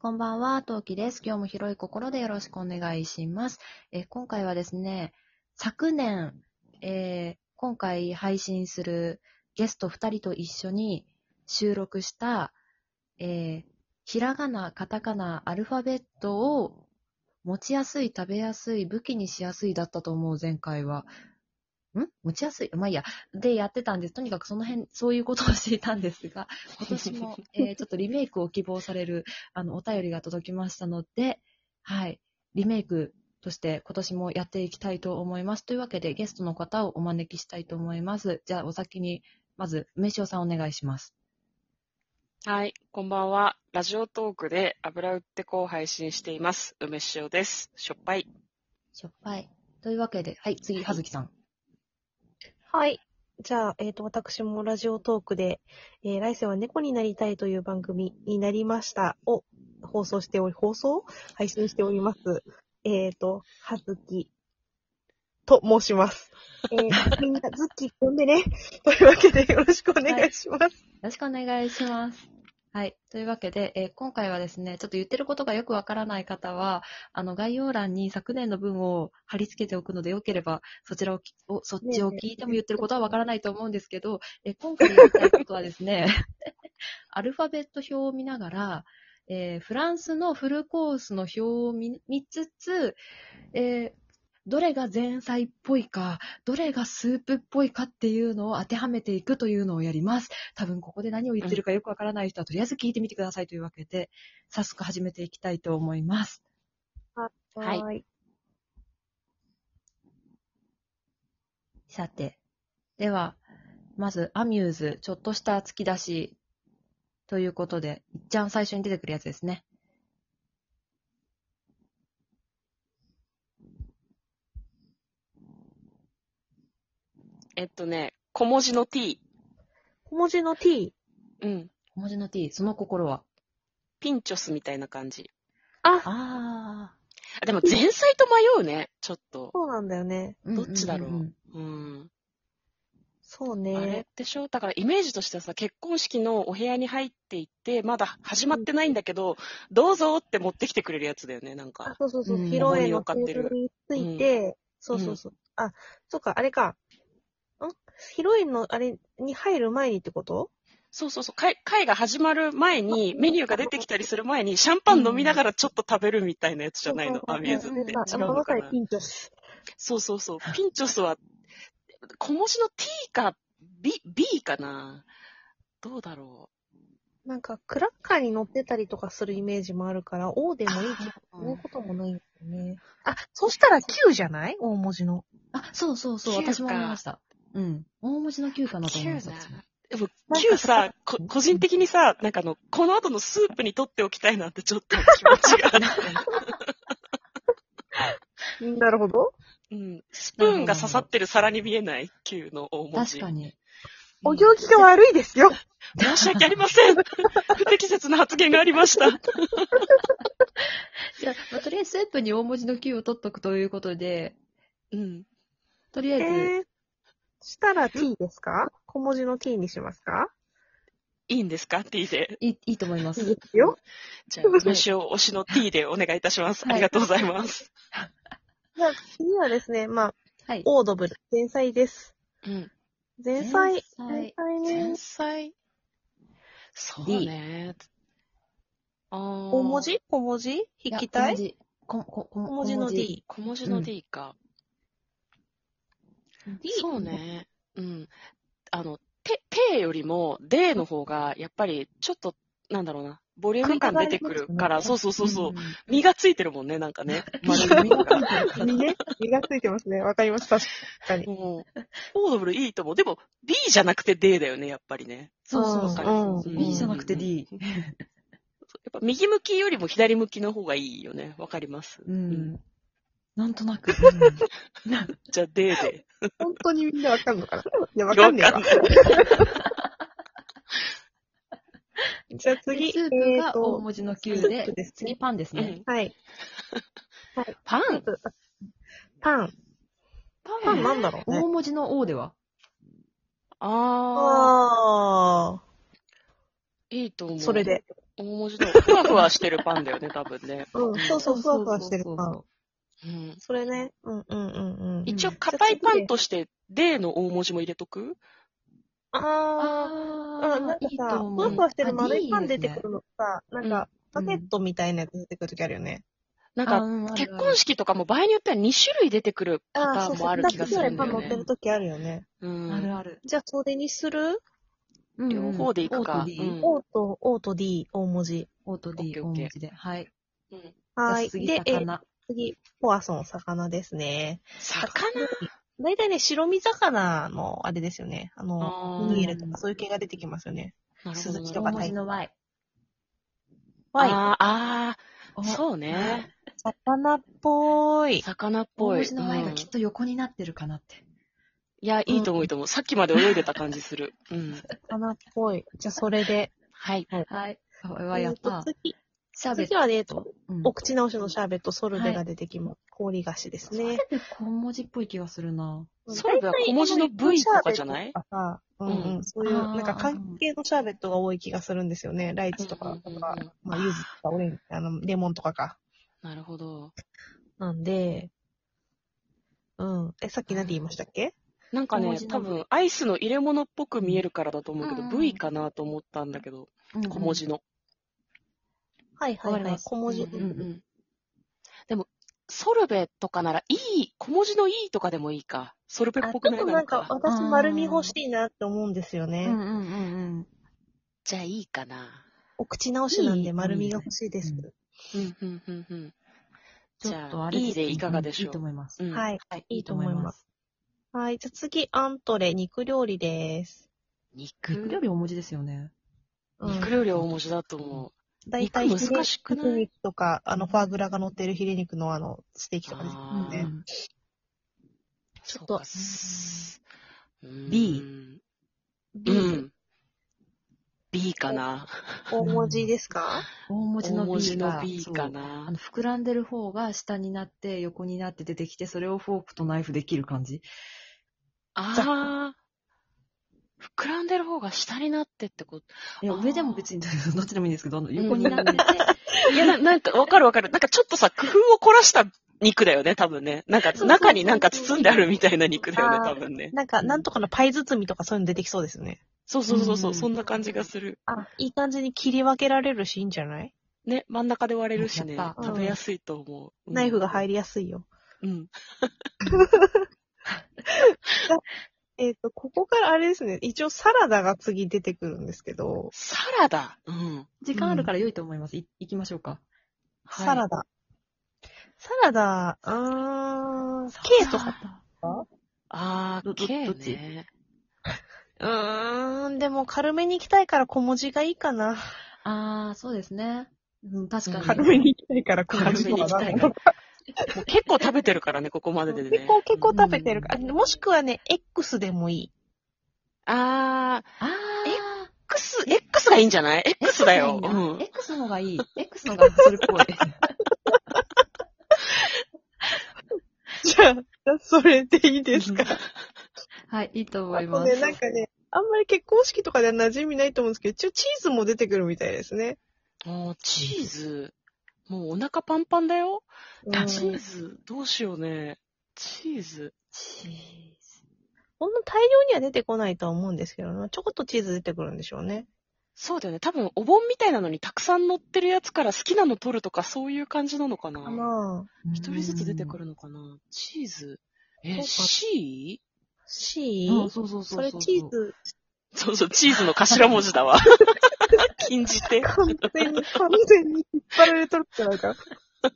こんばんは、トウキです。今日も広い心でよろしくお願いします。今回はですね、昨年、今回配信するゲスト2人と一緒に収録した、ひらがな、カタカナ、アルファベットを持ちやすい、食べやすい、武器にしやすいだったと思う、前回は。持ちやすいまあいいや。で、やってたんです。とにかくその辺、そういうことをしていたんですが、今年も、ちょっとリメイクを希望される、お便りが届きましたので、はい。リメイクとして今年もやっていきたいと思います。というわけで、ゲストの方をお招きしたいと思います。じゃあ、お先に、まず、梅塩さんお願いします。 はい、こんばんは。ラジオトークで油売ってこう配信しています。梅塩です。しょっぱい。 しょっぱい。というわけで、はい、次、はずきさん。 はい。じゃあ、私もラジオトークで、来世は猫になりたいという番組になりましたを配信しております。はずきと申します。みんなズッキー呼んでね。というわけでよろしくお願いします。 よろしくお願いします。はい。というわけで、今回はですね、ちょっと言ってることがよくわからない方は、概要欄に昨年の文を貼り付けておくので、よければそっちを聞いても言ってることはわからないと思うんですけど、今回やりたいことはですね、アルファベット表を見ながら、フランスのフルコースの表を見つつ、どれが前菜っぽいか、どれがスープっぽいかっていうのを当てはめていくというのをやります。多分ここで何を言ってるかよくわからない人はとりあえず聞いてみてくださいというわけで、早速始めていきたいと思います。 はい。 さて、では、まずアミューズ、ちょっとした突き出しということで、いっちゃん最初に出てくるやつですね。 小文字の t。 小文字の t。 うん。 小文字の t、その心は。 ピンチョスみたいな感じ。 あでも前菜と迷うね、ちょっと。 そうなんだよね。 どっちだろう。 そうあれね。 でしょ？だからイメージとしてはさ、結婚式のお部屋に入っていって、まだ始まってないんだけど、どうぞって持ってきてくれるやつだよね、なんか。 そうそうそう。 うん披露宴のテーブルについて、そうそうそう。そうか、あれか。披露宴のあれに入る前にってこと？ そうそうそう。会が始まる前に、メニューが出てきたりする前に、シャンパン飲みながらちょっと食べるみたいなやつじゃないの、アミューズって。違うのかな？ ピンチョス。 そうそうそう。ピンチョスは、小文字の t か b かな？どうだろなんか、クラッカーに乗ってたりとかするイメージもあるから、O でもいいけど、そういうこともないんだよね。そしたら Q じゃない？大文字の。 そうそうそう、 Q か私も思いました。大文字の Q かなと思いました。 でも Q さ、個人的にさ、なんかこの後のスープに取っておきたいなってちょっと気持ちがある。 なるほど。 スプーンが刺さってる皿に見えない ?Q の大文字。 確かに。 お行儀が悪いですよ。 申し訳ありません。不適切な発言がありました。 じゃあ、とりあえずスープに大文字の Q を取っとくということで、とりあえず。 したら T ですか？小文字の T にしますか？ いいんですか？ T で。 いいと思います。 いいですよ。 じゃあ、梅塩推しの T でお願いいたします。ありがとうございます。 じゃあ、次はですね、オードブル、前菜です。前菜。 前菜。そうね。 大文字？小文字？筆記体？小文字の D。 小文字の D か。そうね。T よりも D の方が、やっぱりちょっと、なんだろうな、ボリューム感出てくるから、そうそうそうそう。身がついてるもんね、なんかね。 身がついてますね。わかります。確かに。 オードブルいいと思う。でも、B じゃなくて D だよね、やっぱりね。 そう。B じゃなくて D。 やっぱ右向きよりも左向きの方がいいよね。わかります。 なんとなく。 じゃあ D で。 本当にみんなわかんのかな？いや、わかんねえわ。じゃあ次。 スープが大文字の Q で、次パンですね。 はい。 パンなんだろうね。 大文字の O では？ いいと思う。 それで。 大文字のふわふわしてるパンだよね、多分ね。 うん、そうそう、ふわふわしてるパン。 うん。 それね。うん。 一応、硬いパンとして、D の大文字も入れとく？ なんかいいとさ、 思う。 ふわふわしてるあ丸いパンいいですね出てくるのさ、なんか、バゲットみたいなやつ出てくるときあるよね。 なんあうんあか、 る結婚式とかも場合によっては2種類出てくるパターそうそう、 ンもある気がするんだパンよね。 乗ってるときあるよね。 うん。 あるある。 じゃあ、それにする？ 両方でいくか。 O と D。 O と D、大文字。 O と D、大文字で。はい。 うん。 はい。 次、 で、 魚。 次、ポワソン、魚ですね。 魚？ だいたいね、白身魚の、あれですよね。 ームニエルとかそういう系が出てきますよね。 なるほど。 鈴木とか大文字の Y。 そうね。 魚っぽい。 魚っ大ぽい。 文字の Y がきっと横になってるかなって。 いや、いいと思う、いいと思う。さっきまで泳いでた感じする。うん。 魚っぽい。じゃあ、それで。 はい。 はい。やった。シャーベット。 次はね、お口直しのシャーベット、ソルベが出てきます。氷菓子ですね。 ソルベ小文字っぽい気がするな。 ソルベは小文字の V とかじゃない？ そういう、なんか関係のシャーベットが多い気がするんですよね。ライチとか、まあ、柚子とか、レモンとかか。 なるほど。 なんで、さっき何て言いましたっけ？ なんかね、多分、アイスの入れ物っぽく見えるからだと思うけど、V かなと思ったんだけど、小文字の。 はい。小文字。 でも、ソルベとかなら、小文字の E とかでもいいか。ソルベっぽくないなんか、私丸み欲しいなって思うんですよね。 じゃあいいかな。 お口直しなんで丸みが欲しいです。 じゃあ、いいでいかがでしょう。 いいと思います。 はい。いいと思います。はい。じゃあ次、アントレ、肉料理です。 肉料理大文字ですよね。 肉料理大文字だと思う。 だいたい難しくない？ ヒレ肉とか、フォアグラが乗ってるヒレ肉のステーキとかですよね。 ちょっと、 B。 B かな。 大文字ですか？ 大文字の B かな。 膨らんでる方が下になって横になって出てきて、それをフォークとナイフで切る感じ。 膨らんでる方が下になってってこと。 いや、上でも別にどっちでもいいんですけど、横になってて。 いや、なんかわかる。なんかちょっとさ、工夫を凝らした肉だよね、多分ね。なんか中になんか包んであるみたいな肉だよね、多分ね。 なんか、なんとかのパイ包みとかそういうの出てきそうですね。 そう、そんな感じがする。 いい感じに切り分けられるし、いいんじゃない？ ね、真ん中で割れるしね、食べやすいと思う。 ナイフが入りやすいよ。ここからあれですね、一応サラダが次出てくるんですけど。 サラダ？ 時間あるから良いと思います。行きましょうか。 サラダ。K とか K ね。 でも軽めに行きたいから小文字がいいかな。 そうですね。確かに。 軽めに行きたいから小文字に行きたいから。もう結構食べてるからね、ここまででね。 結構食べてるから。もしくはね、X でもいい。 X がいいんじゃない？ X だよ。 X の方がいい。X の方がそれっぽい。 じゃあ、それでいいですか？ はい、いいと思います。 なんかね、あんまり結婚式とかでは馴染みないと思うんですけど、チーズも出てくるみたいですね。 チーズ。もうお腹パンパンだよ。チーズ、どうしようね。チーズ。 こんな大量には出てこないとは思うんですけどね。ちょこっとチーズ出てくるんでしょうね。 そうだよね。多分、お盆みたいなのにたくさん乗ってるやつから好きなの取るとかそういう感じなのかな。一人ずつ出てくるのかな。チーズ。C？ C？ そう。 それチーズ。 そう、チーズの頭文字だわ。禁じて。 完全に引っ張られとるってないか。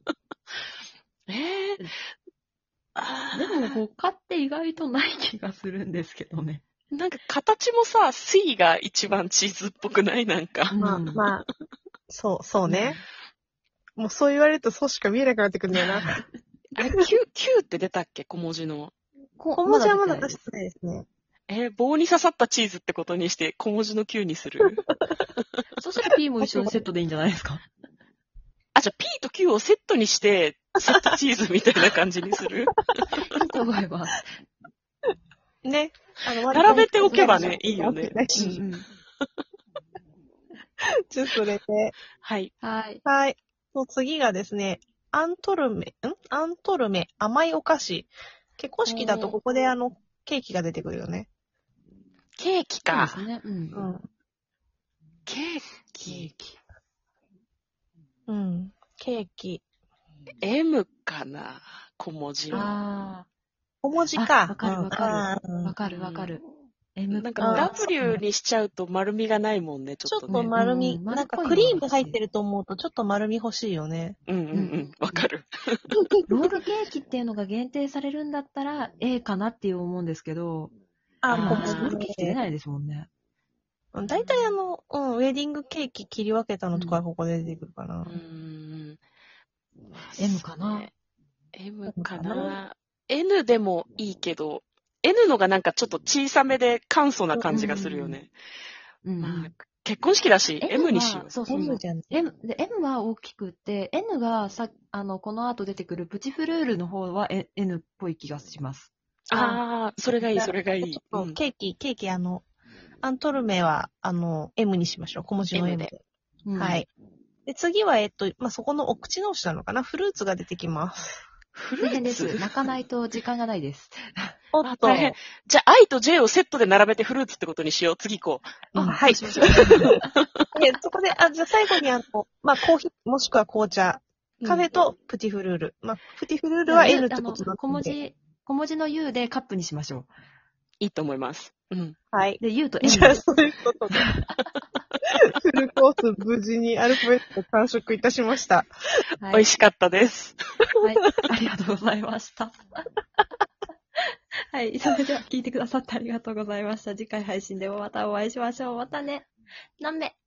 でも他って意外とない気がするんですけどね。 なんか形もさ、C が一番チーズっぽくない？なんか。 まあ、そうね。もうそう言われるとそうしか見えなくなってくるんだよな。 あれ、Q って出たっけ？小文字の。 小文字はまだ出してないですね。 棒に刺さったチーズってことにして小文字の Q にする？ そしたら P も一緒にセットでいいんじゃないですか？ じゃあ P と Q をセットにして、セットチーズみたいな感じにする？ いいと思います。 ね。並べておけばね、いいよね。 じゃあそれで。 はい。 はい。 はい。次がですね、アントルメ、甘いお菓子。結婚式だとここでケーキが出てくるよね。 ケーキそうでか。 すね。うん。 ケーキ。 うん。ケーキ。 M かな、小文字の。 ああ。 小文字か。 わかるわかる。 うんわかるわかる。M なんか W にしちゃうと丸みがないもんね、ちょっとね。 ちょっと丸み、 うんなんかクリーム入ってると思うとちょっと丸み欲しいよね。 わかる。 ロールケーキっていうのが限定されるんだったら A かなっていう思うんですけど、 小ロ文字ールケーキって出ないですもんね。 大体ウェディングケーキ切り分けたのとかここで出てくるかな。 M かな ?M かな ?N でもいいけど、N のがなんかちょっと小さめで簡素な感じがするよね。結婚式だし、M にしよう。 そうそう。 M じゃん。 M は大きくって、N がこの後出てくるプチフルールの方は N っぽい気がします。 ああ、それがいい、それがいい。 ケーキアントルメはM にしましょう。小文字の M で。はい。で、次はそこのお口直しなのかな、フルーツが出てきます。 大変です。泣かないと時間がないです。 おっと。 大変。じゃあ、I と J をセットで並べてフルーツってことにしよう。次行こう。はい。そこで、じゃあ最後にコーヒー、もしくは紅茶。カフェとプティフルール。プティフルールは N ってことだったんで。 小文字の U でカップにしましょう。 いいと思います。 はい。 で、U と N。 じゃあ、そういうことで。フルコース無事にアルファベット完食いたしました。 はい、美味しかったです。 はい。ありがとうございました。はい。それでは聞いてくださってありがとうございました。次回配信でもまたお会いしましょう。またね。何名